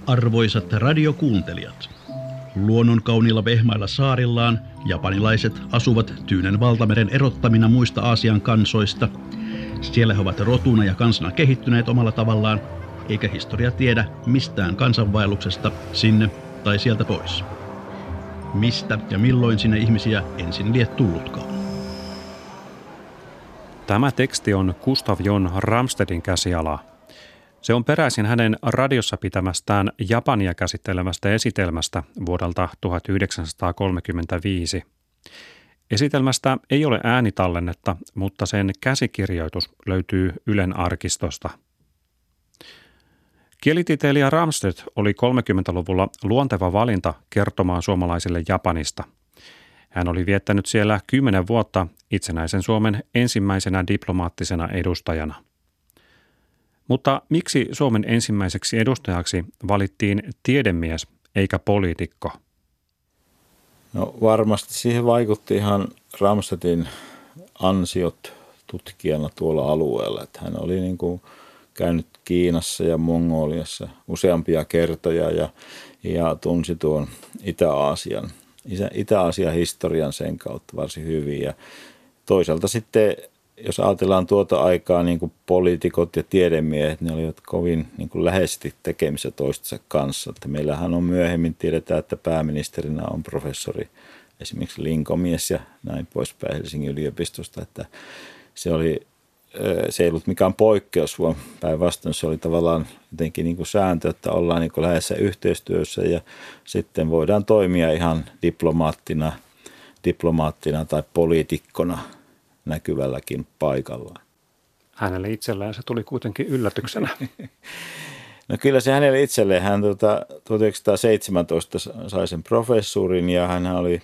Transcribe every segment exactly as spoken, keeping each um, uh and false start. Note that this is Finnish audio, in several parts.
Arvoisat radiokuuntelijat, luonnon kauniilla vehmailla saarillaan japanilaiset asuvat Tyynen valtameren erottamina muista Aasian kansoista. Siellä he ovat rotuna ja kansana kehittyneet omalla tavallaan, eikä historia tiedä mistään kansanvaelluksesta sinne tai sieltä pois. Mistä ja milloin sinne ihmisiä ensin lie tullutkaan. Tämä teksti on Gustav Jon Ramstedin käsialaa. Se on peräisin hänen radiossa pitämästään Japania käsittelemästä esitelmästä vuodelta tuhatyhdeksänsataakolmekymmentäviisi. Esitelmästä ei ole äänitallennetta, mutta sen käsikirjoitus löytyy Ylen arkistosta. Kielitieteilijä Ramsted oli kolmekymmentäluvulla luonteva valinta kertomaan suomalaisille Japanista. Hän oli viettänyt siellä kymmenen vuotta itsenäisen Suomen ensimmäisenä diplomaattisena edustajana. Mutta miksi Suomen ensimmäiseksi edustajaksi valittiin tiedemies eikä poliitikko? No varmasti siihen vaikutti ihan Ramstedin ansiot tutkijana tuolla alueella. Että hän oli niin kuin käynyt Kiinassa ja Mongoliassa useampia kertoja ja, ja tunsi tuon Itä-Aasian, Itä-Aasian historian sen kautta varsin hyvin. Ja toisaalta sitten, jos ajatellaan tuota aikaa, niin kuin poliitikot ja tiedemiehet, ne olivat kovin niin kuin läheisesti tekemissä toistensa kanssa. Että meillähän on myöhemmin, tiedetään, että pääministerinä on professori, esimerkiksi Linkomies ja näin poispäin Helsingin yliopistosta. Että se, oli, se ei ollut mikään poikkeus, vaan päinvastoin se oli tavallaan jotenkin niin kuin sääntö, että ollaan niin kuin läheisessä yhteistyössä ja sitten voidaan toimia ihan diplomaattina, diplomaattina tai poliitikkona näkyvälläkin paikallaan. Hänelle itselleen se tuli kuitenkin yllätyksenä. No kyllä se hänelle itselleen. Hän tuota, tuhatyhdeksänsataaseitsemäntoista sai sen professuurin ja hän oli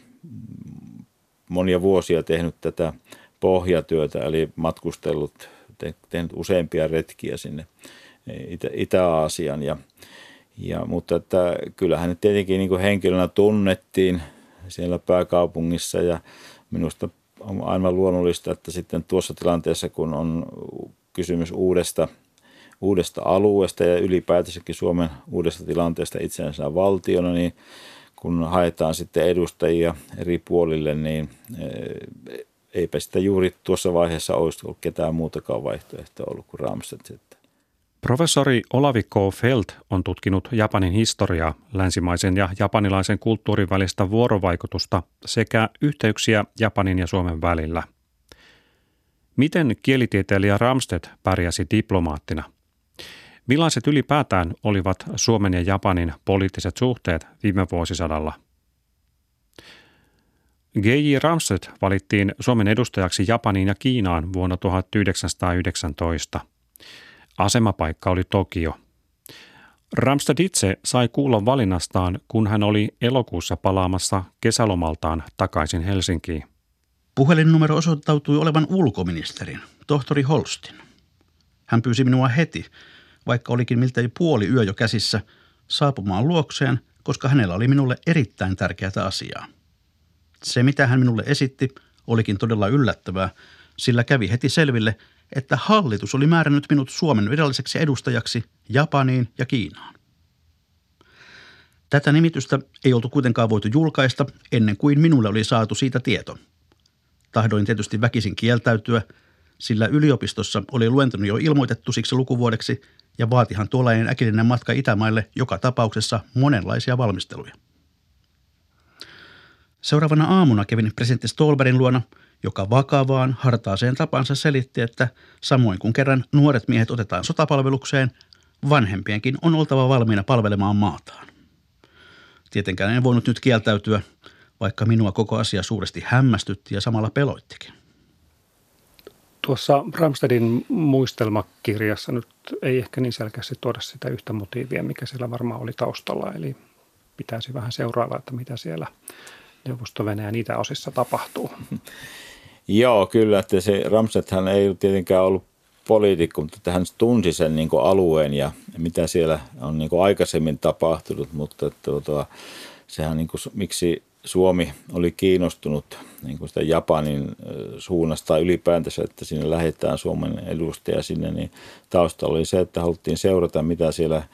monia vuosia tehnyt tätä pohjatyötä, eli matkustellut, tehnyt useampia retkiä sinne Itä- Itä-Aasian. Ja, ja, mutta että kyllä hänet tietenkin niin kuin henkilönä tunnettiin siellä pääkaupungissa ja minusta on aivan luonnollista, että sitten tuossa tilanteessa, kun on kysymys uudesta, uudesta alueesta ja ylipäätänsäkin Suomen uudesta tilanteesta itsenäisenä valtiona, niin kun haetaan sitten edustajia eri puolille, niin eipä sitä juuri tuossa vaiheessa olisi ollut ketään muutakaan vaihtoehtoa ollut kuin Ramsted. Professori Olavi K. Felt on tutkinut Japanin historiaa, länsimaisen ja japanilaisen kulttuurin välistä vuorovaikutusta sekä yhteyksiä Japanin ja Suomen välillä. Miten kielitieteilijä Ramsted pärjäsi diplomaattina? Millaiset ylipäätään olivat Suomen ja Japanin poliittiset suhteet viime vuosisadalla? G J. Ramsted valittiin Suomen edustajaksi Japaniin ja Kiinaan vuonna tuhatyhdeksänsataayhdeksäntoista. Asemapaikka oli Tokio. Ramsted itse sai kuulla valinnastaan, kun hän oli elokuussa palaamassa kesälomaltaan takaisin Helsinkiin. Puhelinnumero osoittautui olevan ulkoministerin, tohtori Holstin. Hän pyysi minua heti, vaikka olikin miltei puoli yö jo käsissä, saapumaan luokseen, koska hänellä oli minulle erittäin tärkeää asiaa. Se, mitä hän minulle esitti, olikin todella yllättävää, sillä kävi heti selville, että hallitus oli määrännyt minut Suomen viralliseksi edustajaksi Japaniin ja Kiinaan. Tätä nimitystä ei oltu kuitenkaan voitu julkaista ennen kuin minulle oli saatu siitä tieto. Tahdoin tietysti väkisin kieltäytyä, sillä yliopistossa oli luentoni jo ilmoitettu siksi lukuvuodeksi ja vaatihan tuollainen äkillinen matka Itämaille joka tapauksessa monenlaisia valmisteluja. Seuraavana aamuna kävin presidentti Ståhlbergin luona, joka vakavaan, hartaaseen tapansa selitti, että samoin kuin kerran nuoret miehet otetaan sotapalvelukseen, vanhempienkin on oltava valmiina palvelemaan maataan. Tietenkään en voinut nyt kieltäytyä, vaikka minua koko asia suuresti hämmästytti ja samalla peloittikin. Tuossa Ramstedin muistelmakirjassa nyt ei ehkä niin selkeästi tuoda sitä yhtä motiivia, mikä siellä varmaan oli taustalla. Eli pitäisi vähän seurailla, että mitä siellä Neuvosto-Venäjän itäosissa tapahtuu. Joo, kyllä, että se Ramstedhan ei ole tietenkään ollut poliitikko, mutta hän tunsi sen niin kuin alueen ja mitä siellä on niin kuin aikaisemmin tapahtunut, mutta tuota, sehän niin kuin, miksi Suomi oli kiinnostunut niin kuin sitä Japanin suunnasta ylipäätänsä, että sinne lähdetään Suomen edustaja sinne, niin taustalla oli se, että haluttiin seurata, mitä siellä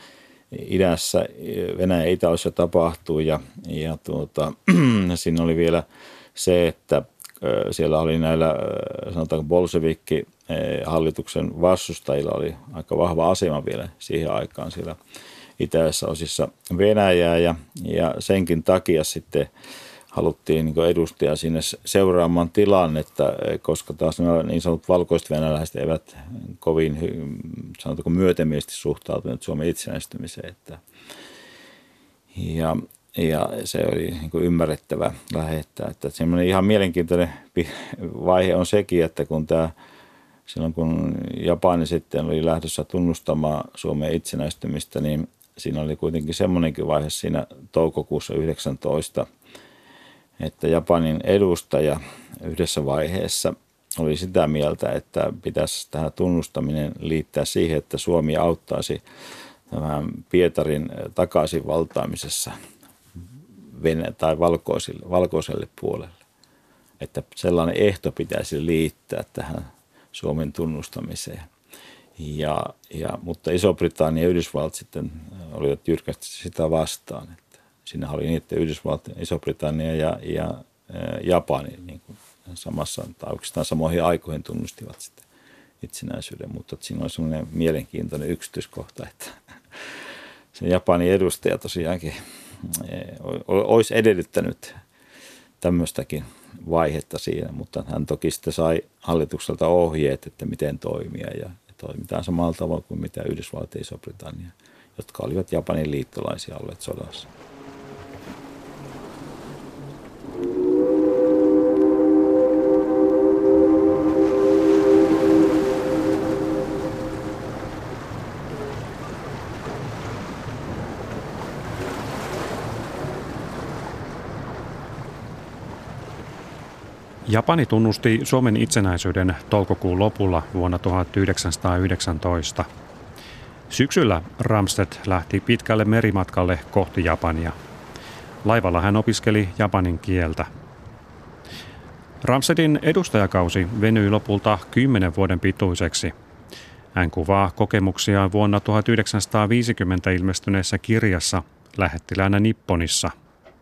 idässä, Venäjän itäosassa tapahtui ja, ja tuota, siinä oli vielä se, että siellä oli näillä, sanotaanko bolshevikki hallituksen vastustajilla oli aika vahva asema vielä siihen aikaan siellä itäisessä osissa Venäjää ja, ja senkin takia sitten haluttiin niin edustajia sinne seuraamaan tilannetta, koska taas nämä niin sanotut valkoiset venäläiset eivät kovin, sanotaanko myötämielisesti suhtautuneet Suomen itsenäistymiseen. Että ja, ja se oli niin kuin ymmärrettävä lähettää. Että semmoinen ihan mielenkiintoinen vaihe on sekin, että kun tämä, silloin kun Japani sitten oli lähdössä tunnustamaan Suomen itsenäistymistä, niin siinä oli kuitenkin semmoinenkin vaihe siinä toukokuussa yhdeksäntoista, että Japanin edustaja yhdessä vaiheessa oli sitä mieltä, että pitäisi tähän tunnustaminen liittää siihen, että Suomi auttaisi tämän Pietarin takaisin valtaamisessa Venä- tai valkoiselle, valkoiselle puolelle. Että sellainen ehto pitäisi liittää tähän Suomen tunnustamiseen. Ja, ja, mutta Iso-Britannia ja Yhdysvallat sitten olivat jyrkästi sitä vastaan. Siinä oli niin, että Yhdysvallat, Iso-Britannia ja, ja Japani niin kuin samassa tai oikeastaan samoihin aikoihin tunnustivat sitten itsenäisyyden, mutta siinä oli semmoinen mielenkiintoinen yksityiskohta, että se Japanin edustaja tosiaankin olisi edellyttänyt tämmöistäkin vaihetta siinä, mutta hän toki sitten sai hallitukselta ohjeet, että miten toimia ja toimitaan samalla tavalla kuin mitä Yhdysvallat ja Iso-Britannia, jotka olivat Japanin liittolaisia olleet sodassa. Japani tunnusti Suomen itsenäisyyden toukokuun lopulla vuonna tuhatyhdeksänsataayhdeksäntoista. Syksyllä Ramstedt lähti pitkälle merimatkalle kohti Japania. Laivalla hän opiskeli japanin kieltä. Ramstedtin edustajakausi venyi lopulta kymmenen vuoden pituiseksi. Hän kuvaa kokemuksiaan vuonna tuhatyhdeksänsataaviisikymmentä ilmestyneessä kirjassa Lähettiläänä Nipponissa.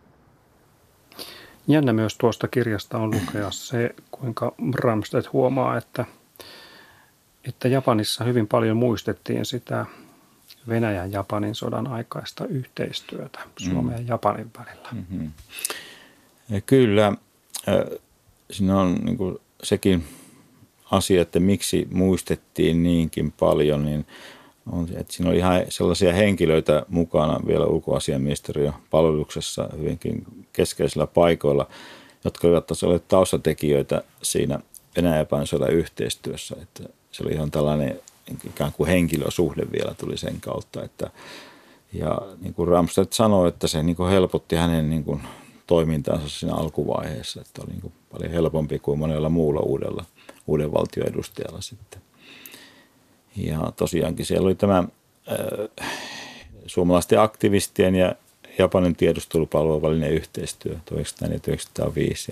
Jännä myös tuosta kirjasta on lukea se, kuinka Ramstedt huomaa, että, että Japanissa hyvin paljon muistettiin sitä Venäjän Japanin sodan aikaista yhteistyötä Suomen ja Japanin välillä. Mm-hmm. Ja kyllä, siinä on niin kuin sekin asia, että miksi muistettiin niinkin paljon, niin on, että siinä oli ihan sellaisia henkilöitä mukana vielä ulkoasiainministeriön palveluksessa hyvinkin keskeisillä paikoilla, jotka olivat olleet taustatekijöitä siinä Venäjän sodan yhteistyössä. Että se oli ihan tällainen ikään kuin henkilösuhde vielä tuli sen kautta. Että, ja niin kuin Ramstedt sanoi, että se niin kuin helpotti hänen niin kuin toimintaansa siinä alkuvaiheessa. Että oli niin kuin paljon helpompi kuin monella muulla uudella, uuden valtion edustajalla sitten. Ja tosiaankin siellä oli tämä äh, suomalaisten aktivistien ja Japanin tiedustelupalvelun välinen yhteistyö tuhatyhdeksänsataayhdeksänkymmentäviisi. Ja,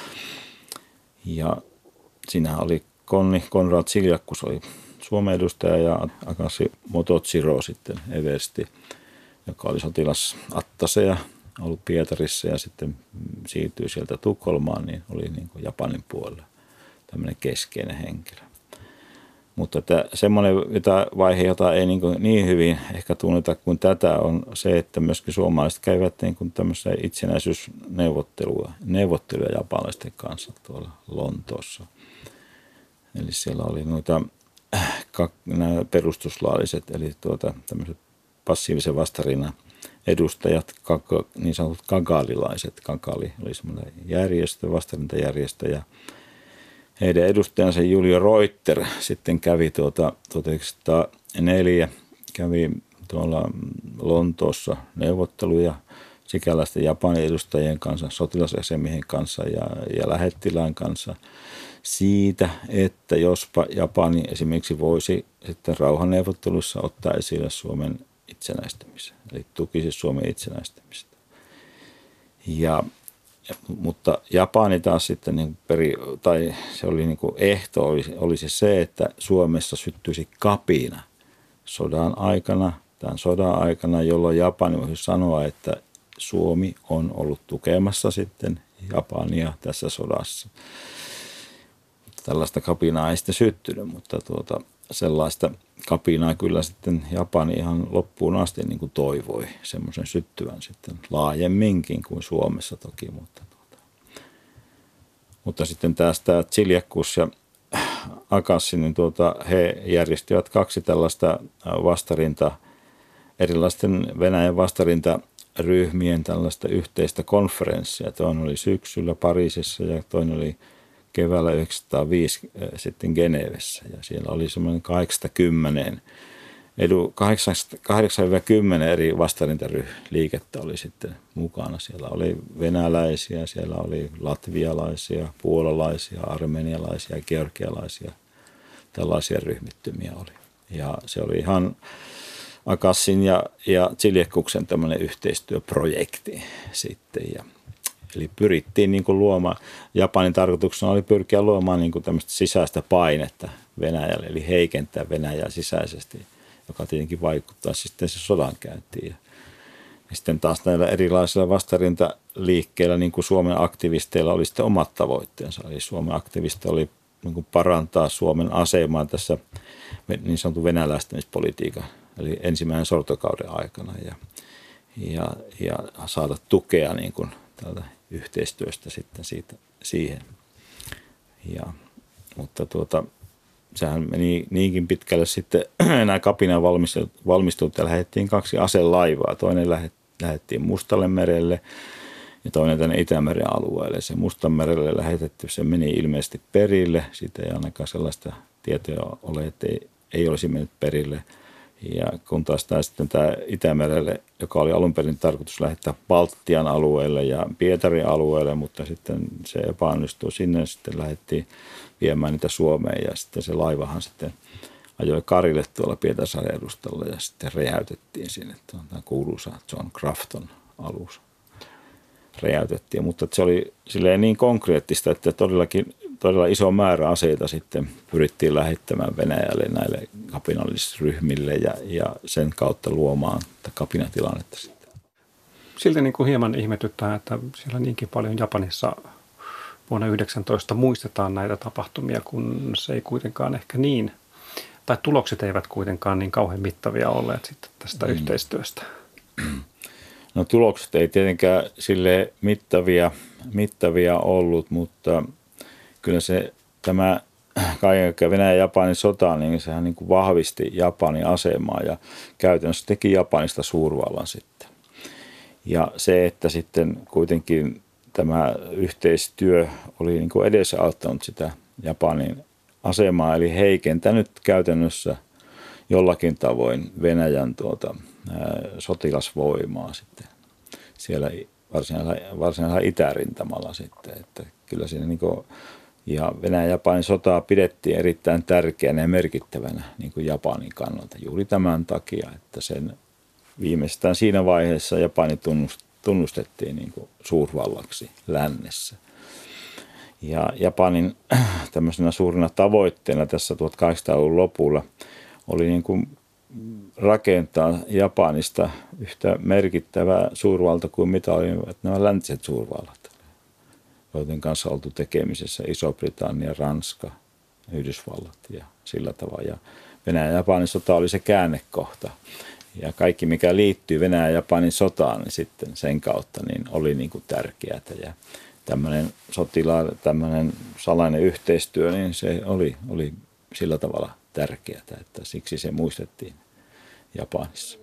ja siinähän oli Konni, Konrad Siljakkus oli Suomen edustaja ja Akashi Mototsiro sitten eversti, joka oli sotilas attaseja ollut Pietarissa ja sitten siirtyi sieltä Tukholmaan, niin oli niin kuin Japanin puolella tämmöinen keskeinen henkilö. Mutta että semmoinen vaihe, jota ei niin, niin hyvin ehkä tunneta kuin tätä, on se, että myöskin suomalaiset käyvät niin kuin tämmöisiä itsenäisyysneuvotteluja neuvotteluja japanilaisten kanssa tuolla Lontoossa. Eli siellä oli noita nämä perustuslailliset, eli tuota, tämmöiset passiivisen vastarinnan edustajat, niin sanotut kagalilaiset. Kagali oli semmoinen järjestö, vastarintajärjestö ja heidän edustajansa Julio Reuter sitten kävi tuota tuhatyhdeksänsataaneljä, kävi tuolla Lontoossa neuvotteluja sikäläisten Japanin edustajien kanssa, sotilasasemien kanssa ja, ja lähettilään kanssa siitä, että jospa Japani esimerkiksi voisi sitten rauhanneuvotteluissa ottaa esille Suomen itsenäistymisen, eli tukisi Suomen itsenäistymistä. Ja mutta Japani taas sitten, niin peri, tai se oli niin kuin ehto, olisi, olisi se, että Suomessa syttyisi kapina sodan aikana tämän sodan aikana, jolloin Japani voisi sanoa, että Suomi on ollut tukemassa sitten Japania tässä sodassa. Tällaista kapinaa ei sitten syttynyt, mutta tuota, sellaista kapinaa kyllä sitten Japani ihan loppuun asti niin kuin toivoi semmoisen syttyvän sitten laajemminkin kuin Suomessa toki. Mutta, tuota. mutta sitten tästä Chiljakus ja Akassi, niin tuota, he järjestivät kaksi tällaista vastarinta, erilaisten Venäjän vastarintaryhmien tällaista yhteistä konferenssia. Toinen oli syksyllä Pariisissa ja toinen oli keväällä yhdeksänsataaviisi sitten Genevessä. Ja siellä oli semmoinen kahdeksankymmentä, edu kahdeksan kymmenen eri vastarintaryhliikettä oli sitten mukana. Siellä oli venäläisiä, siellä oli latvialaisia, puolalaisia, armenialaisia, georgialaisia. Tällaisia ryhmittymiä oli. Ja se oli ihan Akassin ja, ja Chiljakuksen tämmöinen yhteistyöprojekti sitten. Ja, eli pyrittiin niin kuin luomaan, Japanin tarkoituksena oli pyrkiä luomaan niin kuin tämmöistä sisäistä painetta Venäjälle, eli heikentää Venäjää sisäisesti, joka tietenkin vaikuttaa sitten se sodankäyntiin. Ja, ja sitten taas näillä erilaisilla vastarintaliikkeillä, niin kuin Suomen aktivisteilla oli sitten omat tavoitteensa. Eli Suomen aktivisteilla oli niin kuin parantaa Suomen asemaa tässä niin sanotun venäläistämispolitiikan, eli ensimmäinen sortokauden aikana ja, ja, ja saada tukea niin kuin tältä yhteistyöstä sitten siitä, siihen. Ja, mutta tuota, sehän meni niinkin pitkälle sitten nämä kapinan valmistelut ja lähdettiin kaksi aselaivaa. Toinen lähdettiin Mustalle merelle ja toinen tänne Itämeren alueelle. Se Mustanmerelle lähetetty, se meni ilmeisesti perille. Siitä ei ainakaan sellaista tietoa ole, että ei, ei olisi mennyt perille. Ja kun taas tämä sitten tämä Itämerelle, joka oli alun perin tarkoitus lähettää Baltian alueelle ja Pietarin alueelle, mutta sitten se epäonnistui sinne, sitten lähdettiin viemään niitä Suomeen ja sitten se laivahan sitten ajoi Karille tuolla Pietarsaaren edustalla ja sitten räjäytettiin sinne. Tämä kuuluisa John Crafton alus räjäytettiin, mutta se oli silleen niin konkreettista, että todellakin todella iso määrä aseita sitten pyrittiin lähettämään Venäjälle näille kapinallisryhmille ja, ja sen kautta luomaan kapinatilannetta sitten. Silti niin kuin hieman ihmetyttää, että siellä niinkin paljon Japanissa vuonna yhdeksäntoista muistetaan näitä tapahtumia, kun se ei kuitenkaan ehkä niin, tai tulokset eivät kuitenkaan niin kauhean mittavia olleet sitten tästä mm. yhteistyöstä. No tulokset ei tietenkään sille mittavia, mittavia ollut, mutta kyllä se tämä kaiken Venäjän ja Japanin sota, niin sehän niin kuin vahvisti Japanin asemaa ja käytännössä teki Japanista suurvallan sitten. Ja se, että sitten kuitenkin tämä yhteistyö oli niin kuin edesauttanut sitä Japanin asemaa, eli heikentänyt käytännössä jollakin tavoin Venäjän tuota, ää, sotilasvoimaa sitten siellä varsinaisella, varsinaisella itärintamalla sitten, että kyllä siinä niin kuin, ja Venäjän ja Japanin sotaa pidettiin erittäin tärkeänä ja merkittävänä niin kuin Japanin kannalta juuri tämän takia, että sen viimeistään siinä vaiheessa Japani tunnustettiin niin kuin suurvallaksi lännessä. Ja Japanin tämmöisenä suurena tavoitteena tässä tuhatkahdeksansataaluvun lopulla oli niin kuin rakentaa Japanista yhtä merkittävää suurvalta kuin mitä olivat nämä läntiset suurvallat, joiden kanssa oltu tekemisessä Iso-Britannia, Ranska, Yhdysvallat ja sillä tavalla. Ja Venäjän ja Japanin sota oli se käännekohta. Ja kaikki, mikä liittyy Venäjän ja Japanin sotaan, niin sitten sen kautta niin oli niin kuin tärkeää. Ja tämmöinen sotilaan, tämmöinen salainen yhteistyö, niin se oli, oli sillä tavalla tärkeää, että siksi se muistettiin Japanissa.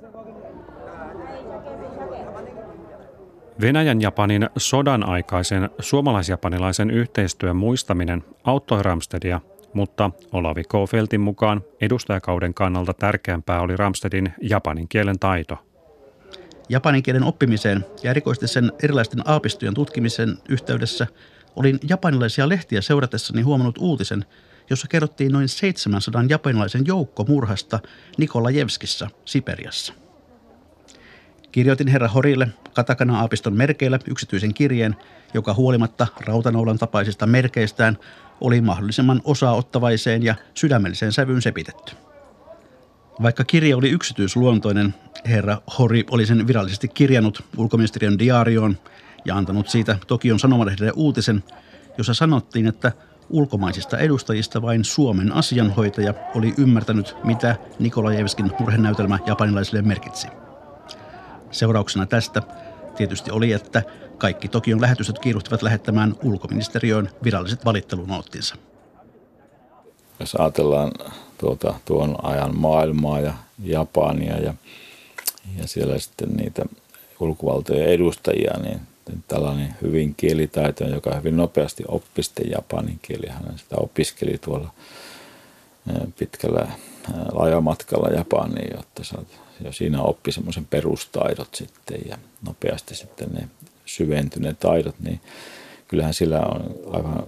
Venäjän-Japanin sodan aikaisen suomalais-japanilaisen yhteistyön muistaminen auttoi Ramstedia, mutta Olavi K. Feltin mukaan edustajakauden kannalta tärkeämpää oli Ramstedin japanin kielen taito. Japanin kielen oppimiseen ja erikoisesti sen erilaisten aapistojen tutkimisen yhteydessä olin japanilaisia lehtiä seuratessani huomannut uutisen, jossa kerrottiin noin seitsemänsadan japanilaisen joukkomurhasta Nikolajevskissa, Siperiassa. Kirjoitin herra Horille katakana-aapiston merkeillä yksityisen kirjeen, joka huolimatta rautanaulan tapaisista merkeistään oli mahdollisimman osaa-ottavaiseen ja sydämelliseen sävyyn sepitetty. Vaikka kirje oli yksityisluontoinen, herra Hori oli sen virallisesti kirjannut ulkoministeriön diaarioon ja antanut siitä Tokion Sanomalehdelle uutisen, jossa sanottiin, että ulkomaisista edustajista vain Suomen asianhoitaja oli ymmärtänyt, mitä Nikolajevskin murhenäytelmä japanilaisille merkitsi. Seurauksena tästä tietysti oli, että kaikki Tokion lähetystöt kiiruhtivat lähettämään ulkoministeriöön viralliset valittelunoottinsa. Jos ajatellaan tuota, tuon ajan maailmaa ja Japania ja, ja siellä sitten niitä ulkovaltojen edustajia, niin tällainen hyvin kielitaitoinen, joka hyvin nopeasti oppi sitten japanin kieli. Hän sitä opiskeli tuolla pitkällä laajamatkalla Japaniin, jotta jo siinä oppi semmoisen perustaidot sitten ja nopeasti sitten ne syventyneet taidot, niin kyllähän sillä on aivan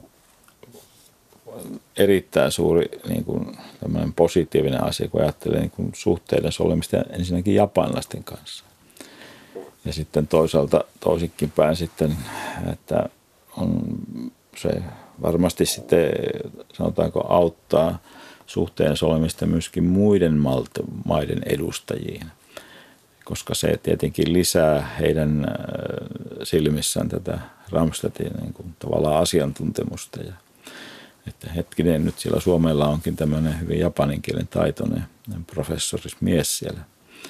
erittäin suuri niin kuin tämmöinen positiivinen asia, kun ajattelee niin kuin suhteiden solmista ensinnäkin japanilaisten kanssa. Ja sitten toisaalta toisinkin päin sitten, että on se varmasti sitten sanotaanko auttaa suhteen solmista myöskin muiden maiden edustajiin, koska se tietenkin lisää heidän silmissään tätä Ramstedtin niin kuin tavallaan asiantuntemusta. Ja, että hetkinen, nyt siellä Suomella onkin tämmöinen hyvin japaninkielen taitoinen professorismies siellä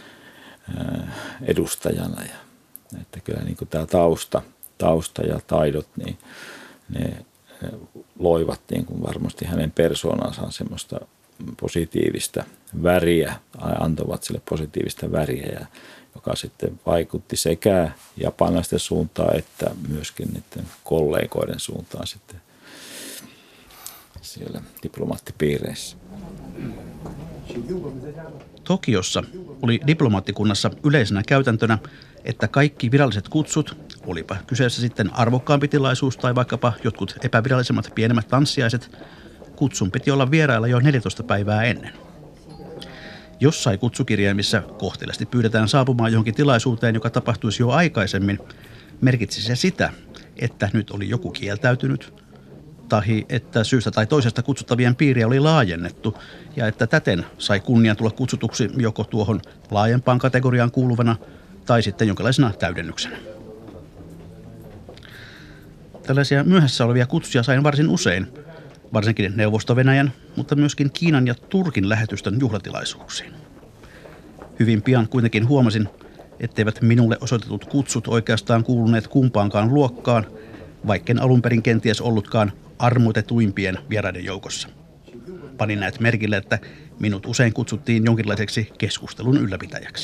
edustajana. Ja, että kyllä niin kuin tämä tausta, tausta ja taidot, niin ne loivat niin kuin varmasti hänen persoonansa semmoista positiivista väriä, antoivat sille positiivista väriä, joka sitten vaikutti sekä japanilaisten suuntaan että myöskin niiden kollegoiden suuntaan sitten siellä diplomaattipiireissä. Tokiossa oli diplomaattikunnassa yleisenä käytäntönä, että kaikki viralliset kutsut, olipa kyseessä sitten arvokkaampi tilaisuus tai vaikkapa jotkut epävirallisemmat pienemmät tanssiaiset, kutsun piti olla vierailla jo neljätoista päivää ennen. Jossain kutsukirjaimissa kohteliasti pyydetään saapumaan johonkin tilaisuuteen, joka tapahtuisi jo aikaisemmin, merkitsi se sitä, että nyt oli joku kieltäytynyt, tahi että syystä tai toisesta kutsuttavien piiriä oli laajennettu ja että täten sai kunnian tulla kutsutuksi joko tuohon laajempaan kategoriaan kuuluvana tai sitten jonkinlaisena täydennyksenä. Tällaisia myöhässä olevia kutsuja sain varsin usein, varsinkin Neuvosto-Venäjän, mutta myöskin Kiinan ja Turkin lähetystön juhlatilaisuuksiin. Hyvin pian kuitenkin huomasin, etteivät minulle osoitetut kutsut oikeastaan kuuluneet kumpaankaan luokkaan, vaikken alun perin kenties ollutkaan armoitetuimpien vieraiden joukossa. Panin näet merkille, että minut usein kutsuttiin jonkinlaiseksi keskustelun ylläpitäjäksi.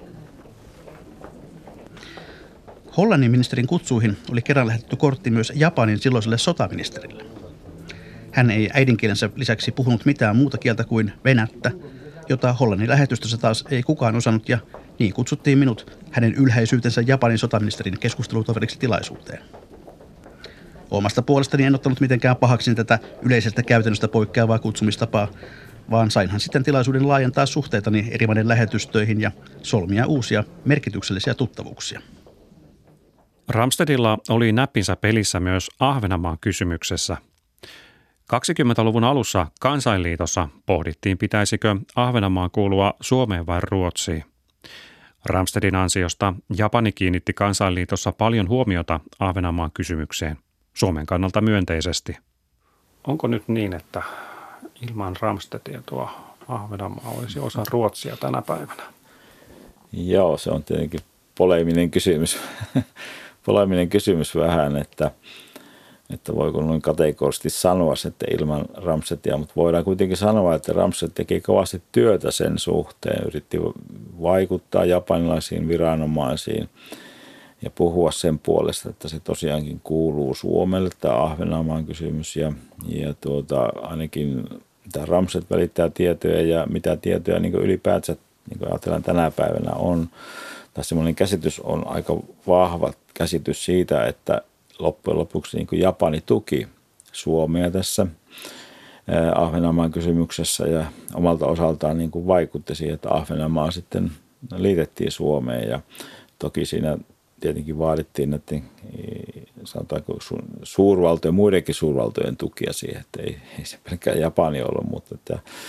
Hollannin ministerin kutsuihin oli kerran lähetetty kortti myös Japanin silloiselle sotaministerille. Hän ei äidinkielensä lisäksi puhunut mitään muuta kieltä kuin venättä, jota Hollannin lähetystössä taas ei kukaan osannut, ja niin kutsuttiin minut hänen ylhäisyytensä Japanin sotaministerin keskustelutoveriksi tilaisuuteen. Omasta puolestani en ottanut mitenkään pahaksi tätä yleisestä käytännöstä poikkeavaa kutsumistapaa, vaan sainhan sitten tilaisuuden laajentaa suhteitani eri maiden lähetystöihin ja solmia uusia merkityksellisiä tuttavuuksia. Ramstedilla oli näppinsä pelissä myös Ahvenanmaan kysymyksessä. kaksikymmentäluvun alussa Kansainliitossa pohdittiin, pitäisikö Ahvenanmaan kuulua Suomeen vai Ruotsiin. Ramstedin ansiosta Japani kiinnitti Kansainliitossa paljon huomiota Ahvenanmaan kysymykseen, Suomen kannalta myönteisesti. Onko nyt niin, että ilman Ramstedia tuo Ahvenanmaa olisi osa Ruotsia tänä päivänä? Joo, se on tietenkin poleeminen kysymys. poleeminen kysymys vähän, että, että voiko noin kategorisesti sanoa, että ilman Ramstedia, mutta voidaan kuitenkin sanoa, että Ramsted teki kovasti työtä sen suhteen, yritti vaikuttaa japanilaisiin viranomaisiin ja puhua sen puolesta, että se tosiaankin kuuluu Suomelle, tämä Ahvenanmaan kysymys, ja, ja tuota, ainakin tämä Ramsted välittää tietoja ja mitä tietoja niin ylipäätänsä niin ajatellaan tänä päivänä on. Tässä semmoinen käsitys on aika vahva käsitys siitä, että loppujen lopuksi niin Japani tuki Suomea tässä Ahvenanmaan kysymyksessä ja omalta osaltaan niin kuin vaikutti siihen, että Ahvenanmaa sitten liitettiin Suomeen, ja toki siinä tietenkin vaadittiin näiden sanotaanko suurvaltojen, muidenkin suurvaltojen tukia siihen, että ei, ei se pelkkään Japani ollut, mutta että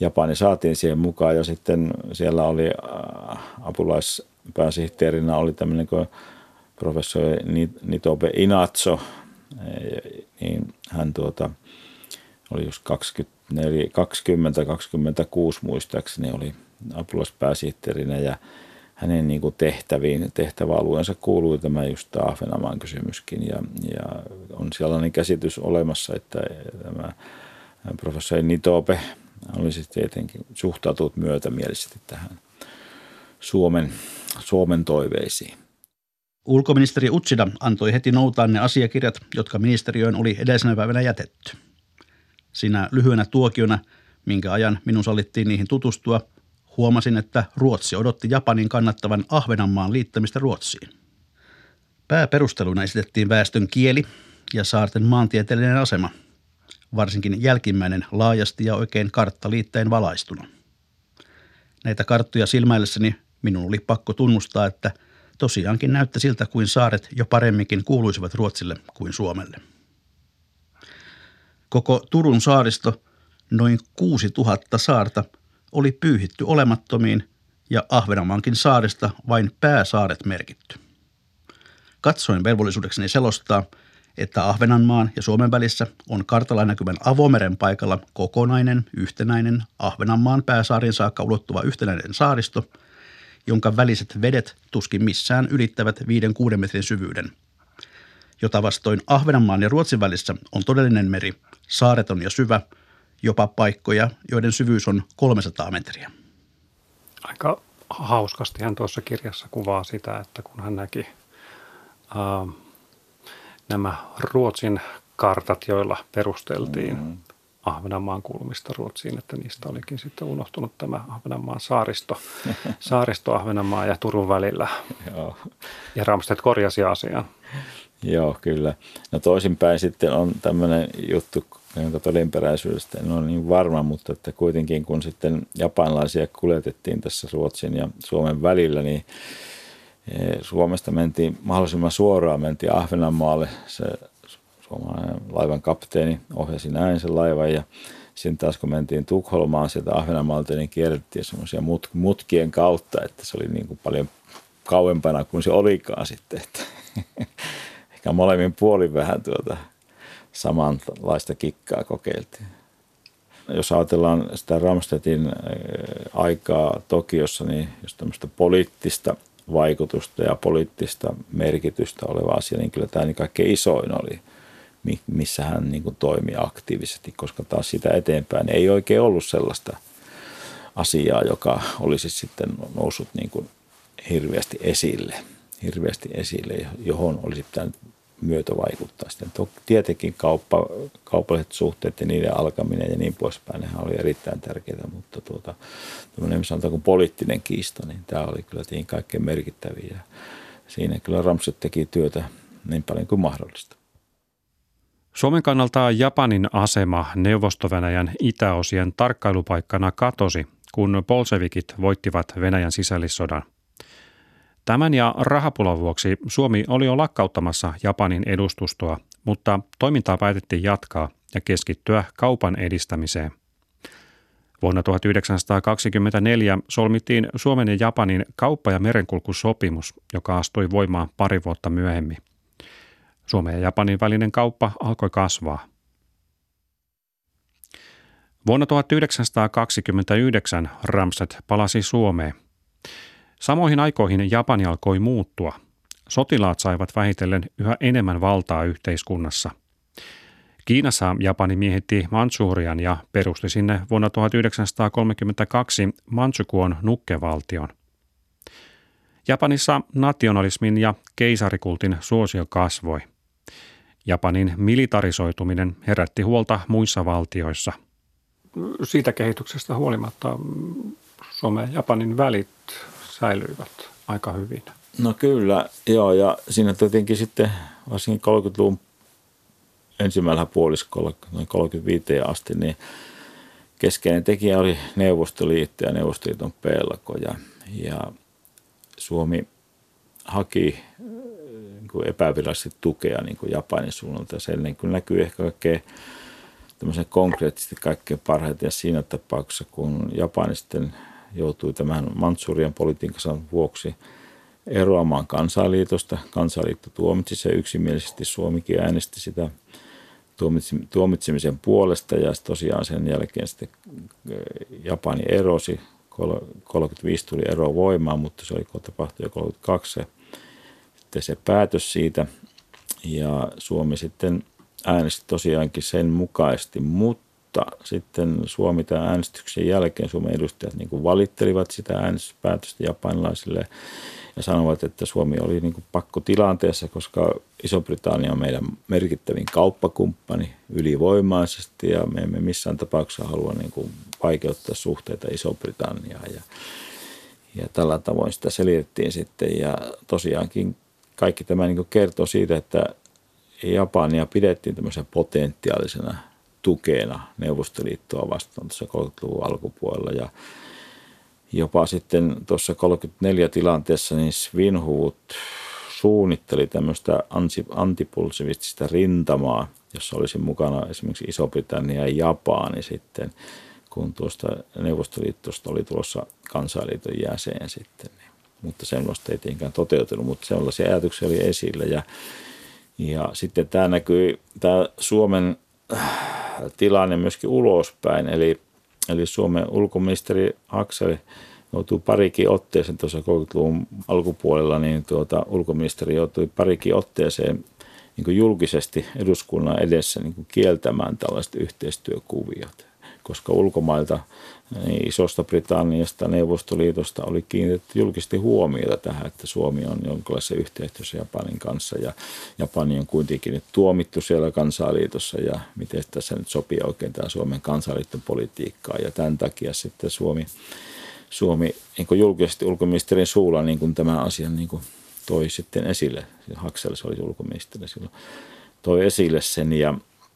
Japani saatiin siihen mukaan ja sitten siellä oli apulaispääsihteerinä oli tämmöinen kuin professori Nitobe Inatso, niin hän tuota, oli just kaksikymmentä kaksikymmentäkuusi muistaakseni oli apulaispääsihteerinä ja hänen niin kuin tehtäviin, tehtäväalueensa kuului tämä just tämä Ahvenanmaan kysymyskin ja, ja on sellainen käsitys olemassa, että tämä professori Nitobe olisi tietenkin suhtautunut myötämielisesti tähän Suomen, Suomen toiveisiin. Ulkoministeri Uchida antoi heti noutaan ne asiakirjat, jotka ministeriöön oli edellisenä päivänä jätetty. Siinä lyhyenä tuokiona, minkä ajan minun sallittiin niihin tutustua, huomasin, että Ruotsi odotti Japanin kannattavan Ahvenanmaan liittämistä Ruotsiin. Pääperusteluna esitettiin väestön kieli ja saarten maantieteellinen asema, varsinkin jälkimmäinen laajasti ja oikein karttaliittein valaistuna. Näitä karttoja silmäillessäni minun oli pakko tunnustaa, että tosiaankin näytti siltä, kuin saaret jo paremminkin kuuluisivat Ruotsille kuin Suomelle. Koko Turun saaristo, noin kuusituhatta saarta, oli pyyhitty olemattomiin ja Ahvenanmaankin saarista vain pääsaaret merkitty. Katsoin velvollisuudekseni selostaa, että Ahvenanmaan ja Suomen välissä on kartalla näkyvän avomeren paikalla kokonainen, yhtenäinen Ahvenanmaan pääsaariin saakka ulottuva yhtenäinen saaristo, jonka väliset vedet tuskin missään ylittävät viiden kuuden metrin syvyyden, jota vastoin Ahvenanmaan ja Ruotsin välissä on todellinen meri, saareton ja syvä, jopa paikkoja, joiden syvyys on kolmesataa metriä. Aika hauskasti hän tuossa kirjassa kuvaa sitä, että kun hän näki äh, nämä Ruotsin kartat, joilla perusteltiin mm-hmm. Ahvenanmaan kuulumista Ruotsiin, että niistä olikin sitten unohtunut tämä Ahvenanmaan saaristo, saaristo Ahvenanmaa ja Turun välillä. Joo. Ja Ramstedt korjasi asian. Joo, kyllä. No toisinpäin sitten on tämmöinen juttu, jonka todenperäisyydestä en ole niin varma, mutta että kuitenkin kun sitten japanilaisia kuljetettiin tässä Ruotsin ja Suomen välillä, niin Suomesta mentiin mahdollisimman suoraan, mentiin Ahvenanmaalle. Se suomalainen laivan kapteeni ohjasi näin sen laivan ja sitten taas kun mentiin Tukholmaan sieltä Ahvenanmaalta, niin kierrettiin semmoisia mut, mutkien kautta, että se oli niin kuin paljon kauempana kuin se olikaan sitten. Että ehkä molemmin puolin vähän tuota samanlaista kikkaa kokeiltiin. Jos ajatellaan sitä Ramstedtin aikaa Tokiossa, niin jos tämmöistä poliittista vaikutusta ja poliittista merkitystä oleva asia, niin kyllä tämä niin kaikkein isoin oli, missä hän niin kuin toimi aktiivisesti, koska taas sitä eteenpäin ei oikein ollut sellaista asiaa, joka olisi sitten noussut niin kuin hirveästi esille, hirveästi esille, johon olisi pitänyt myötä vaikuttaa. Sitten tietenkin kauppa, kaupalliset suhteet ja niiden alkaminen ja niin poispäin, nehän oli erittäin tärkeää, mutta tuota, tämmöinen sanotaan kuin poliittinen kiista, niin tämä oli kyllä niin kaikkein merkittäviä. Siinä kyllä Ramstedt teki työtä niin paljon kuin mahdollista. Suomen kannalta Japanin asema Neuvosto-Venäjän itäosien tarkkailupaikkana katosi, kun bolsevikit voittivat Venäjän sisällissodan. Tämän ja rahapulan vuoksi Suomi oli jo lakkauttamassa Japanin edustustoa, mutta toimintaa päätettiin jatkaa ja keskittyä kaupan edistämiseen. Vuonna tuhatyhdeksänsataakaksikymmentäneljä solmittiin Suomen ja Japanin kauppa- ja merenkulkusopimus, joka astui voimaan pari vuotta myöhemmin. Suomen ja Japanin välinen kauppa alkoi kasvaa. Vuonna tuhatyhdeksänsataakaksikymmentäyhdeksän Ramstedt palasi Suomeen. Samoihin aikoihin Japani alkoi muuttua. Sotilaat saivat vähitellen yhä enemmän valtaa yhteiskunnassa. Kiinassa Japani miehitti Manchurian ja perusti sinne vuonna tuhatyhdeksänsataakolmekymmentäkaksi Manchukuon nukkevaltion. Japanissa nationalismin ja keisarikultin suosio kasvoi. Japanin militarisoituminen herätti huolta muissa valtioissa. Siitä kehityksestä huolimatta Suomen ja Japanin välit säilyivät aika hyvin. No kyllä, joo, ja siinä tietenkin sitten varsinkin kolmekymmentäluvun ensimmäisellä puoliskolla, noin kolmekymmentäviisi asti, niin keskeinen tekijä oli Neuvostoliitto ja Neuvostoliiton pelko, ja, ja Suomi haki niin kuin epävirallisesti tukea niin kuin Japanin suunnalta, ja sen niin kuin näkyy ehkä kaikkein tämmöisen konkreettisesti kaikkein parhaiten. Ja siinä tapauksessa, kun Japani sitten joutui tämän Mantsurian politiikansa vuoksi eroamaan kansainliitosta, kansainliitto tuomitsi se yksimielisesti, Suomikin äänesti sitä tuomitsemisen puolesta ja tosiaan sen jälkeen sitten Japani erosi. kolmekymmentäviisi tuli ero voimaan, mutta se oli tapahtui jo kolmekymmentäkaksi se, sitten se päätös siitä ja Suomi sitten äänesti tosiaankin sen mukaisesti, mutta sitten Suomi tämän äänestyksen jälkeen Suomen edustajat niin kuin valittelivat sitä äänestyspäätöstä japanilaisille ja sanovat, että Suomi oli niin kuin pakkotilanteessa, koska Iso-Britannia on meidän merkittävin kauppakumppani ylivoimaisesti ja me emme missään tapauksessa halua niin kuin vaikeuttaa suhteita Iso-Britanniaan. Ja, ja tällä tavoin sitä selitettiin sitten ja tosiaankin kaikki tämä niin kuin kertoo siitä, että Japania pidettiin tämmöisenä potentiaalisena tukena Neuvostoliittoa vastaan tuossa kolmekymmentäluvun alkupuolella ja jopa sitten tuossa kolmekymmentäneljä tilanteessa niin Svinhufvud suunnitteli tämmöistä antipulsivistista rintamaa, jossa olisi mukana esimerkiksi Iso-Britannia ja Japani sitten, kun tuosta Neuvostoliitosta oli tulossa kansainliiton jäsen sitten. Mutta sellaista ei tietenkään toteutunut, mutta sellaisia ajatuksia oli esillä ja, ja sitten tämä näkyy, tämä Suomen tilanne myöskin ulospäin, eli Eli Suomen ulkoministeri Akseli joutui parikin otteeseen tuossa kolmekymmentäluvun alkupuolella, niin tuota, ulkoministeri joutui parikin otteeseen niin kuin julkisesti eduskunnan edessä niin kuin kieltämään tällaiset yhteistyökuviot, koska ulkomailta niin Isosta Britanniasta, Neuvostoliitosta oli kiinnitetty julkisesti huomiota tähän, että Suomi on jonkinlaisessa yhteistyössä Japanin kanssa ja Japani on kuitenkin nyt tuomittu siellä kansainliitossa ja miten tässä nyt sopii oikein tämä Suomen kansainliiton politiikkaa ja tämän takia sitten Suomi, Suomi niin kuin julkisesti ulkoministerin suulla niin kuin tämän asian niin kuin toi sitten esille, Haksel se oli ulkoministeri silloin, toi esille sen ja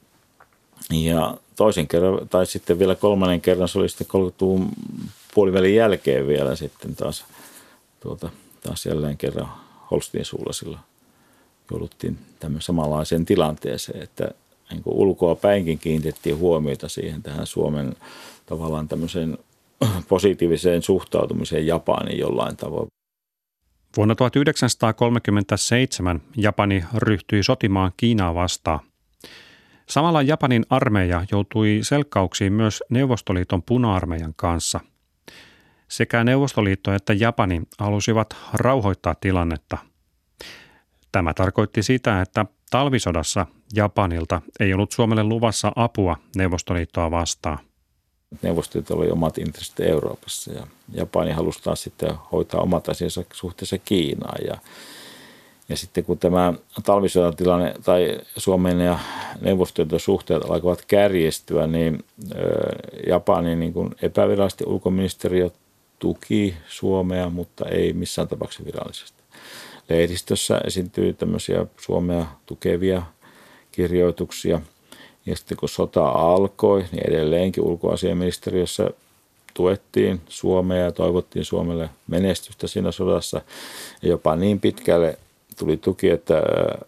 Ja toisen kerran, tai sitten vielä kolmannen kerran, se oli sitten kolmekymmentäluvun puolivälin jälkeen vielä sitten taas, tuota, taas jälleen kerran Holstin suulla silloin jouduttiin tämmöisen samanlaiseen tilanteeseen, että niin kuin ulkoa päinkin kiinnitettiin huomiota siihen tähän Suomen tavallaan tämmöiseen positiiviseen suhtautumiseen Japaniin jollain tavoin. Vuonna tuhatyhdeksänsataakolmekymmentäseitsemän Japani ryhtyi sotimaan Kiinaa vastaan. Samalla Japanin armeija joutui selkkauksiin myös Neuvostoliiton puna-armeijan kanssa. Sekä Neuvostoliitto että Japani halusivat rauhoittaa tilannetta. Tämä tarkoitti sitä, että talvisodassa Japanilta ei ollut Suomelle luvassa apua Neuvostoliittoa vastaan. Neuvostoliitto oli omat intressit Euroopassa ja Japani halusi taas sitten hoitaa omat asiansa suhteessa Kiinaan ja Ja sitten kun tämä talvisodan tilanne tai Suomen ja Neuvostoliiton suhteet alkavat kärjestyä, niin Japanin niin kuin epävirallisesti ulkoministeriö tuki Suomea, mutta ei missään tapauksessa virallisesti. Lehdistössä esiintyi tämmöisiä Suomea tukevia kirjoituksia. Ja sitten kun sota alkoi, niin edelleenkin ulkoasiaministeriössä tuettiin Suomea ja toivottiin Suomelle menestystä siinä sodassa. Ja jopa niin pitkälle tuli tuki, että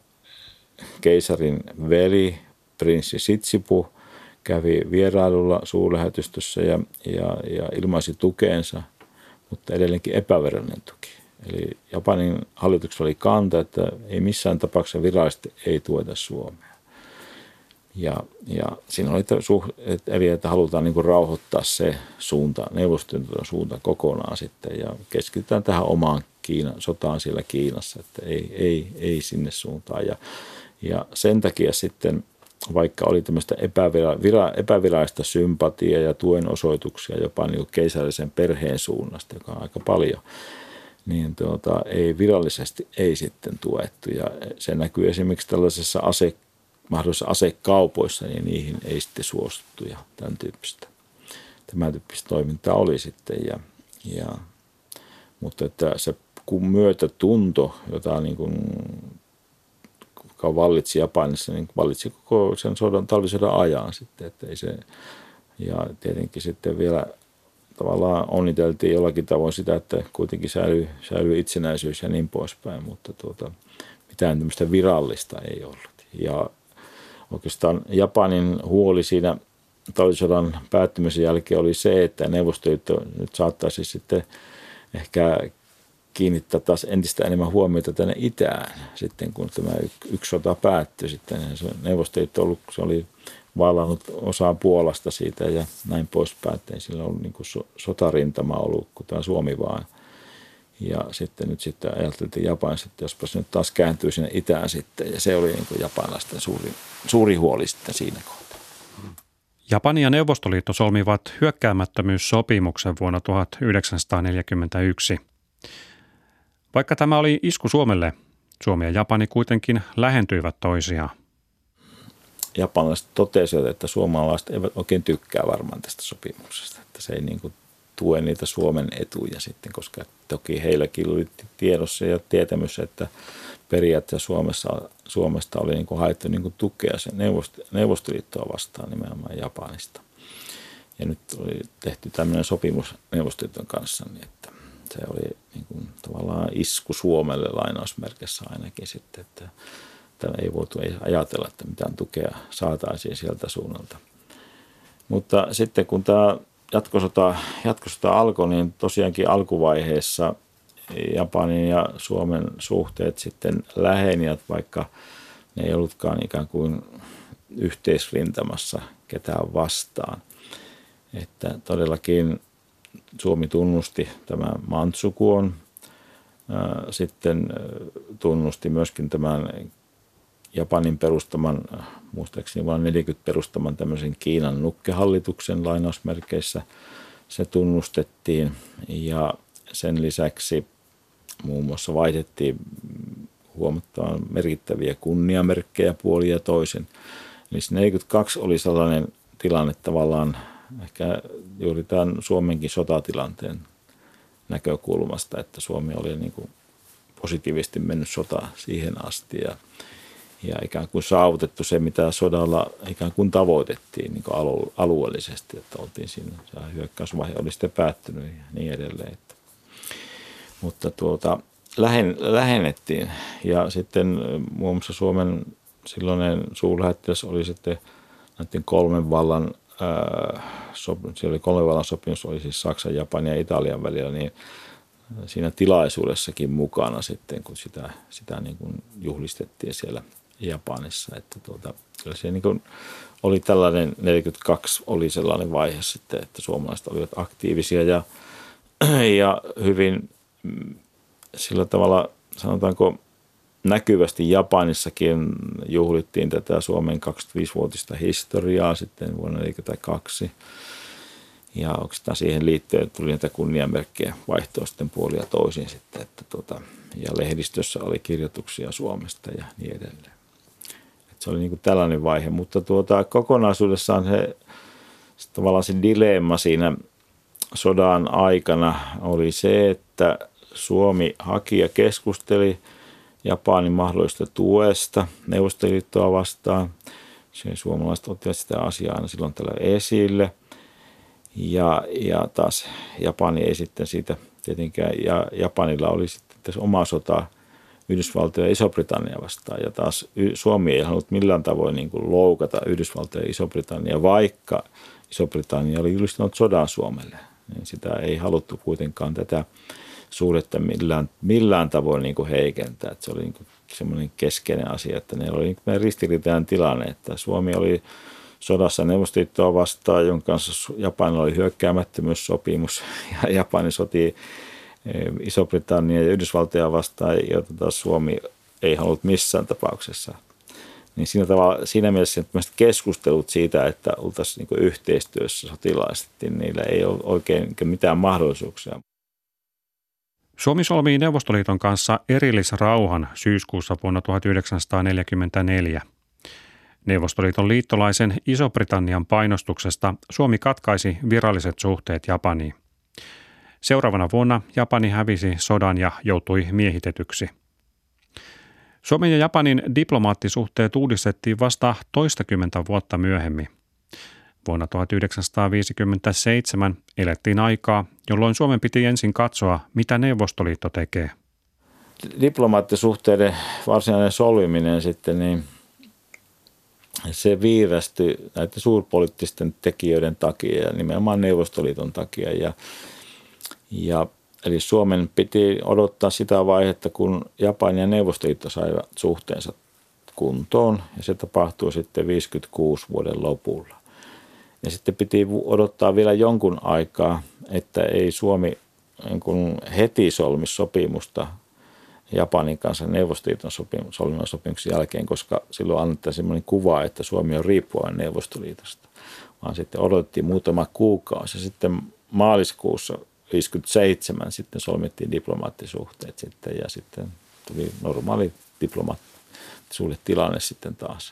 keisarin veli, prinssi Sitsipu, kävi vierailulla suurlähetystössä ja, ja, ja ilmaisi tukeensa, mutta edelleenkin epävirallinen tuki. Eli Japanin hallituksella oli kanta, että ei missään tapauksessa virallisesti ei tueta Suomea. Ja, ja siinä oli, että, eli että halutaan niin kuin rauhoittaa se suunta, Neuvostoliiton suunta kokonaan sitten ja keskitytään tähän omaan Kiina, sotaan siellä Kiinassa, että ei, ei, ei sinne suuntaan. Ja, ja sen takia sitten, vaikka oli tämmöistä epävira, epävirallista sympatiaa ja tuen osoituksia jopa niin kuin keisarillisen perheen suunnasta, joka on aika paljon, niin tuota, ei virallisesti ei sitten tuettu. Ja se näkyy esimerkiksi tällaisessa ase, mahdollisissa asekaupoissa, niin niihin ei sitten suostuttu ja tämän tyyppistä. Tämän tyyppistä toimintaa oli sitten. Ja, ja, mutta että se kun myötätunto, jota niin kuin, joka vallitsi Japanissa, niin vallitsi koko sen sodan, talvisodan ajan sitten. Että ei se, ja tietenkin sitten vielä tavallaan onniteltiin jollakin tavoin sitä, että kuitenkin säilyy, säilyy itsenäisyys ja niin poispäin, mutta tuota, mitään tämmöistä virallista ei ollut. Ja oikeastaan Japanin huoli siinä talvisodan päättymisen jälkeen oli se, että Neuvostoliitto nyt saattaisi sitten ehkä kiinnittää taas entistä enemmän huomiota tänne itään sitten, kun tämä yksi sota päättyi sitten. Neuvostoliitto ollut, se oli vallannut osaa Puolasta siitä ja näin poispäin. Ei sillä ollut niin kuin sotarintama ollut, kun tämä Suomi vaan. Ja sitten nyt sitten ajateltiin Japanissa, että jospa se nyt taas kääntyy sinne itään sitten. Ja se oli niin kuin japanilaisten suuri, suuri huoli sitten siinä kohtaa. Japani ja Neuvostoliitto solmivat hyökkäämättömyyssopimuksen vuonna tuhatyhdeksänsataaneljäkymmentäyksi. Vaikka tämä oli isku Suomelle, Suomi ja Japani kuitenkin lähentyivät toisiaan. Japanilaiset totesivat, että suomalaiset eivät oikein tykkää varmaan tästä sopimuksesta, että se ei niin kuin tue niitä Suomen etuja sitten, koska toki heilläkin oli tiedossa ja tietämys, että periaatteessa Suomessa, Suomesta oli niin kuin haettu niin kuin tukea sen Neuvostoliittoa vastaan nimenomaan Japanista. Ja nyt oli tehty tämmöinen sopimus Neuvostoliiton kanssa, niin että se oli niin kuin tavallaan isku Suomelle lainausmerkissä ainakin sitten, että tämä ei voitu ajatella, että mitään tukea saataisiin sieltä suunnalta. Mutta sitten kun tämä jatkosota, jatkosota alkoi, niin tosiaankin alkuvaiheessa Japanin ja Suomen suhteet sitten lähenivät, vaikka ne ei ollutkaan ikään kuin yhteisrintamassa ketään vastaan. Että todellakin Suomi tunnusti tämän Manchukuon, sitten tunnusti myöskin tämän Japanin perustaman, muistaakseni vuonna neljäkymmentä perustaman tämmöisen Kiinan nukkehallituksen lainausmerkeissä. Se tunnustettiin ja sen lisäksi muun muassa vaihdettiin huomattavan merkittäviä kunniamerkkejä puolin ja toisin. Eli neljäkymmentäkaksi oli sellainen tilanne tavallaan ehkä juuri tämän Suomenkin sotatilanteen näkökulmasta, että Suomi oli niin kuin positiivisesti mennyt sota siihen asti ja, ja ikään kuin saavutettu se, mitä sodalla ikään kuin tavoitettiin niin kuin alu, alueellisesti, että oltiin siinä, se hyökkäysvaihe oli sitten päättynyt ja niin edelleen. Että. Mutta tuota, lähen, lähennettiin ja sitten muun muassa Suomen silloinen suurlähettiläs oli sitten näiden kolmen vallan siellä oli kolmen vallan sopimus, oli siis Saksan, Japanin ja Italian välillä, niin siinä tilaisuudessakin mukana sitten, kun sitä, sitä niin kuin juhlistettiin siellä Japanissa. Että tuota, kyllä se niin kuin oli tällainen, neljäkymmentäkaksi oli sellainen vaihe sitten, että suomalaiset olivat aktiivisia ja, ja hyvin sillä tavalla, sanotaanko, näkyvästi Japanissakin juhlittiin tätä Suomen kaksikymmentäviisivuotista historiaa sitten vuonna neljäkymmentäkaksi. Ja oikeastaan siihen liittyen tuli näitä kunniamerkkejä vaihtoa sitten puolia toisin sitten. Että tuota, ja lehdistössä oli kirjoituksia Suomesta ja niin edelleen. Että se oli niin kuin tällainen vaihe, mutta tuota, kokonaisuudessaan se, se tavallaan se dilemma siinä sodan aikana oli se, että Suomi haki ja keskusteli Japanin mahdollisesta tuesta Neuvostoliittoa vastaan. Se suomalaiset ottivat sitä asiaa aina silloin tällä esille. Ja, ja taas Japani ei sitten siitä tietenkään, ja Japanilla oli sitten tässä oma sota Yhdysvaltoja ja Iso-Britannia vastaan. Ja taas Suomi ei halunnut millään tavoin niin kuin loukata Yhdysvaltoja ja Iso-Britannia, vaikka Iso-Britannia oli julistanut sodan Suomelle. Niin sitä ei haluttu kuitenkaan tätä suhdetta millään, millään tavoin niin kuin heikentää. Että se oli niin kuin semmoinen keskeinen asia, että ne oli niin ristiriitainen tilanne, että Suomi oli sodassa Neuvostoliittoa vastaan, jonka kanssa Japanilla oli hyökkäämättömyyssopimus ja Japani soti Iso-Britannia ja Yhdysvaltoja vastaan, joita taas Suomi ei halunnut missään tapauksessa. Niin siinä, tavalla, siinä mielessä keskustelut siitä, että oltaisiin niin kuin yhteistyössä sotilaisesti, niillä ei ole oikein mitään mahdollisuuksia. Suomi solmii Neuvostoliiton kanssa erillisrauhan syyskuussa vuonna tuhatyhdeksänsataaneljäkymmentäneljä. Neuvostoliiton liittolaisen Iso-Britannian painostuksesta Suomi katkaisi viralliset suhteet Japaniin. Seuraavana vuonna Japani hävisi sodan ja joutui miehitetyksi. Suomen ja Japanin diplomaattisuhteet uudistettiin vasta toistakymmentä vuotta myöhemmin. Vuonna tuhatyhdeksänsataaviisikymmentäseitsemän elettiin aikaa, jolloin Suomen piti ensin katsoa, mitä Neuvostoliitto tekee. Diplomaattisuhteiden varsinainen solmiminen sitten, niin se viivästyi näiden suurpoliittisten tekijöiden takia ja nimenomaan Neuvostoliiton takia. Ja, ja, eli Suomen piti odottaa sitä vaihetta, kun Japani ja Neuvostoliitto saivat suhteensa kuntoon ja se tapahtui sitten viisikymmentäkuusi vuoden lopulla. Ja sitten piti odottaa vielä jonkun aikaa, että ei Suomi niin kuin heti solmi sopimusta Japanin kanssa Neuvostoliiton solmiman sopimuksen jälkeen, koska silloin annettiin sellainen kuva, että Suomi on riippuvainen Neuvostoliitosta. Vaan sitten odotettiin muutama kuukausi ja sitten maaliskuussa viisikymmentäseitsemän sitten solmittiin diplomaattisuhteet sitten ja sitten tuli normaali diplomaattisuuden tilanne sitten taas.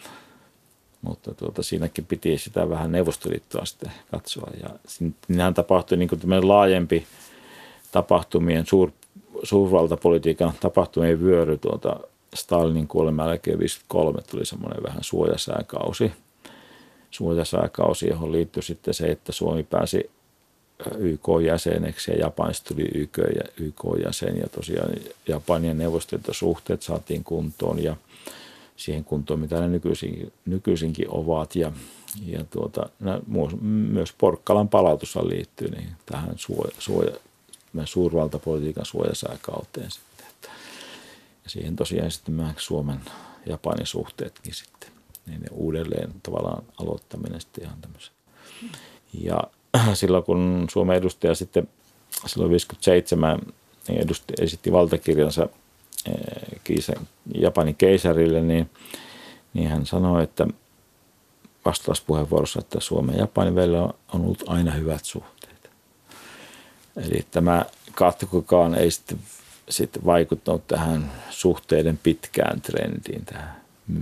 Mutta tuota, siinäkin piti sitä vähän Neuvostoliittoa sitten katsoa ja siinähän tapahtui niin kuin tämmöinen laajempi tapahtumien suur suurvaltapolitiikan tapahtumien vyöry tuota Stalinin kuoleman jälkeen viisikymmentäkolme tuli semmoinen vähän suojasääkausi. Suojasääkausi, johon liittyi sitten se, että Suomi pääsi Y K-jäseneksi ja Japanista tuli Y K-jäsen ja tosiaan Japanin ja Neuvostoliiton suhteet saatiin kuntoon ja siihen kuntoon, mitä ne nykyisin, nykyisinkin ovat ja, ja tuota, myös Porkkalan palautushan liittyy niin tähän suoja, suoja suurvaltapolitiikan suojasääkauteen sitten. Ja siihen tosiaan sitten myös Suomen Japanin suhteetkin sitten. Niin ne uudelleen tavallaan aloittaminen sitten ihan tämmöisen. Ja silloin kun Suomen edustaja sitten silloin viisikymmentäseitsemän niin edusti, esitti valtakirjansa Japanin keisarille, niin, niin hän sanoi, että vastauspuheenvuorossa, että Suomen ja Japanin välillä on ollut aina hyvät suhteet. Eli tämä katkukaan ei sitten, sitten vaikuttanut tähän suhteiden pitkään trendiin, tähän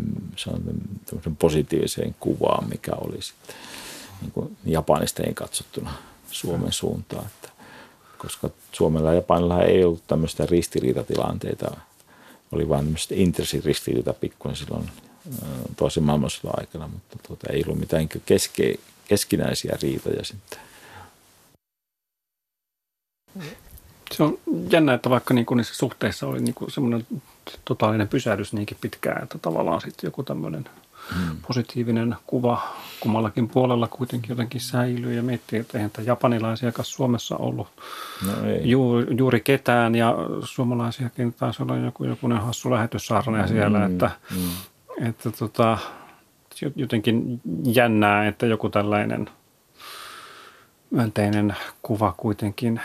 positiiviseen kuvaan, mikä oli sitten niin kuin Japanista ei katsottuna Suomen suuntaan. Että, koska Suomella ja Japanilla ei ollut tämmöistä ristiriitatilanteita, oli vain tämmöistä intressiristiriita pikkuinen silloin toisen maailmansodan aikana, mutta tuota, ei ollut mitään keske, keskinäisiä riitoja sitten. Se on jännä, että vaikka niinku niissä suhteissa oli niinku semmoinen totaalinen pysähdys niinkin pitkään, että tavallaan sitten joku tämmöinen hmm. positiivinen kuva kummallakin puolella kuitenkin jotenkin säilyy ja miettii, että eihän tämä japanilaisiakaan Suomessa ollut no juuri, juuri ketään ja suomalaisiakin taisi olla joku jokunen hassu lähetyssaarnaja hmm. siellä, että, hmm. että tota, jotenkin jännää, että joku tällainen myönteinen kuva kuitenkin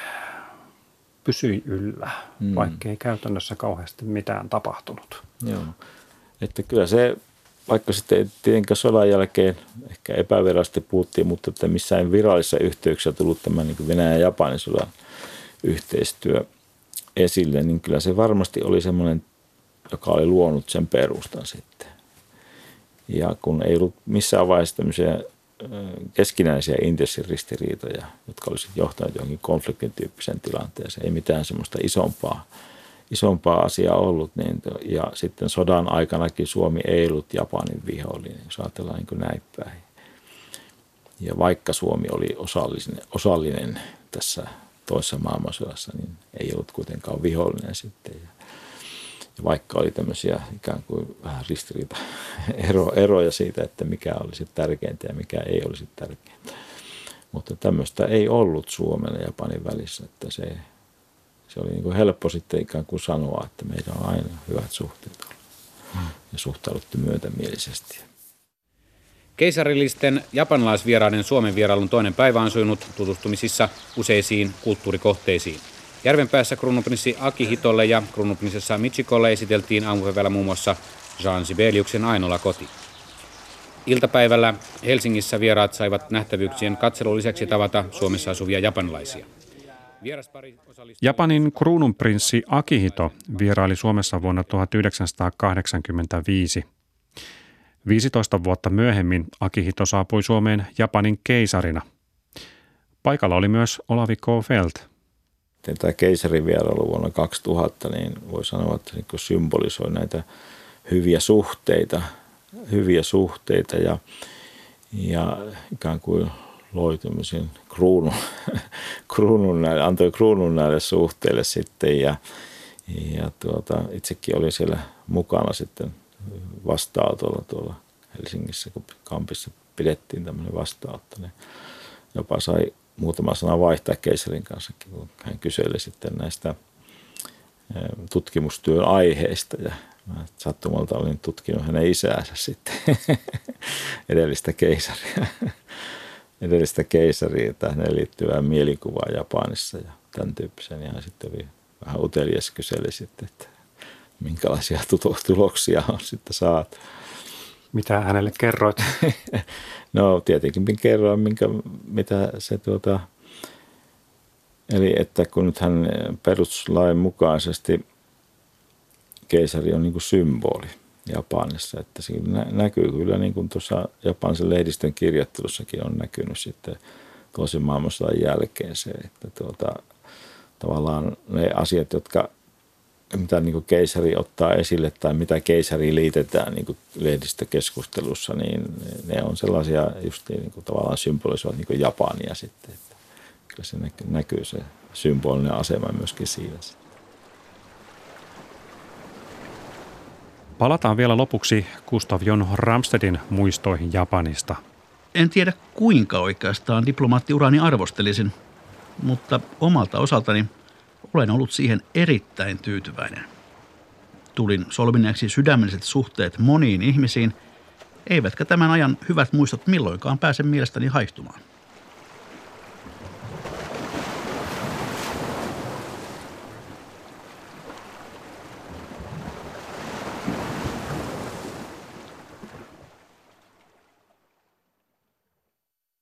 pysyi yllä, mm. vaikka ei käytännössä kauheasti mitään tapahtunut. Joo, että kyllä se, vaikka sitten ei tietenkään sodan jälkeen ehkä epävirallisesti puhuttiin, mutta että missään virallisissa yhteyksissä tullut tämä niin kuin Venäjän ja Japanin sodan yhteistyö esille, niin kyllä se varmasti oli semmoinen, joka oli luonut sen perustan sitten. Ja kun ei ollut missään vaiheessa tämmöisiä keskinäisiä intressiristiriitoja, jotka olisivat johtaneet johonkin konfliktin tyyppiseen tilanteeseen. Ei mitään semmoista isompaa, isompaa asiaa ollut. Niin, ja sitten sodan aikanakin Suomi ei ollut Japanin vihollinen, jos ajatellaan niin kuin näin päin. Ja vaikka Suomi oli osallinen, osallinen tässä toisessa maailmansodassa, niin ei ollut kuitenkaan vihollinen sitten. Ja vaikka oli tämmöisiä ikään kuin vähän ristiriita ero, eroja siitä, että mikä olisi tärkeintä ja mikä ei olisi tärkeintä. Mutta tämmöistä ei ollut Suomen ja Japanin välissä, että se, se oli niin kuin helppo sitten ikään kuin sanoa, että meillä on aina hyvät suhteet ollut ja suhtauduttu myötämielisesti. Keisarillisten japanilaisvieraiden Suomen vierailun toinen päivä on sujunut tutustumisissa useisiin kulttuurikohteisiin. Järvenpäässä kruununprinssi Akihitolle ja kruununprinsessa Michikolle esiteltiin aamupäivällä muun muassa Jean Sibeliuksen Ainola koti. Iltapäivällä Helsingissä vieraat saivat nähtävyyksien katselun lisäksi tavata Suomessa asuvia japanilaisia. Japanin kruununprinssi Akihito vieraili Suomessa vuonna tuhatyhdeksänsataakahdeksankymmentäviisi. viisitoista vuotta myöhemmin Akihito saapui Suomeen Japanin keisarina. Paikalla oli myös Olavi K. Feldt. Tämä keisarin vierailu vuonna kaksituhatta, niin voi sanoa, että se symbolisoi näitä hyviä suhteita, hyviä suhteita ja, ja ikään kuin loi tämmöisen kruunun, kruunun näille, antoi kruunun näille suhteille sitten ja, ja tuota, itsekin olin siellä mukana sitten vastaanotolla tuolla Helsingissä, kun Kampissa pidettiin tämmöinen vastaanotto. Niin jopa sai muutama sana vaihtaa keisarin kanssa, kun hän kyseli sitten näistä tutkimustyön aiheista. Ja mä sattumalta olin tutkinut hänen isäänsä sitten edellistä keisaria. edellistä keisaria tai hänen liittyvää mielikuvaa Japanissa ja tämän tyyppisen. Ja hän sitten oli vähän utelias, kyseli sitten, että minkälaisia tuloksia on sitten saatu. Mitä hänelle kerroit? No tietenkin kerroin, minkä, mitä se tuota, eli että kun nyt hän perustuslain mukaisesti keisari on niin kuin symboli Japanissa, että siinä näkyy kyllä niin kuin tuossa japanisen lehdistön kirjoittelussakin on näkynyt sitten toisen maailmansodan jälkeen se, että tuota, tavallaan ne asiat, jotka mitä niin kuin keisari ottaa esille tai mitä keisariin liitetään niin kuin lehdistökeskustelussa, niin ne on sellaisia just niin kuin tavallaan symbolisoivat niin kuin Japania sitten. Että kyllä se näkyy se symbolinen asema myöskin siinä. Palataan vielä lopuksi Gustav Jon Ramstedin muistoihin Japanista. En tiedä kuinka oikeastaan diplomaattiurani arvostelisin, mutta omalta osaltani olen ollut siihen erittäin tyytyväinen. Tulin solmineeksi sydämelliset suhteet moniin ihmisiin, eivätkä tämän ajan hyvät muistot milloinkaan pääse mielestäni haihtumaan.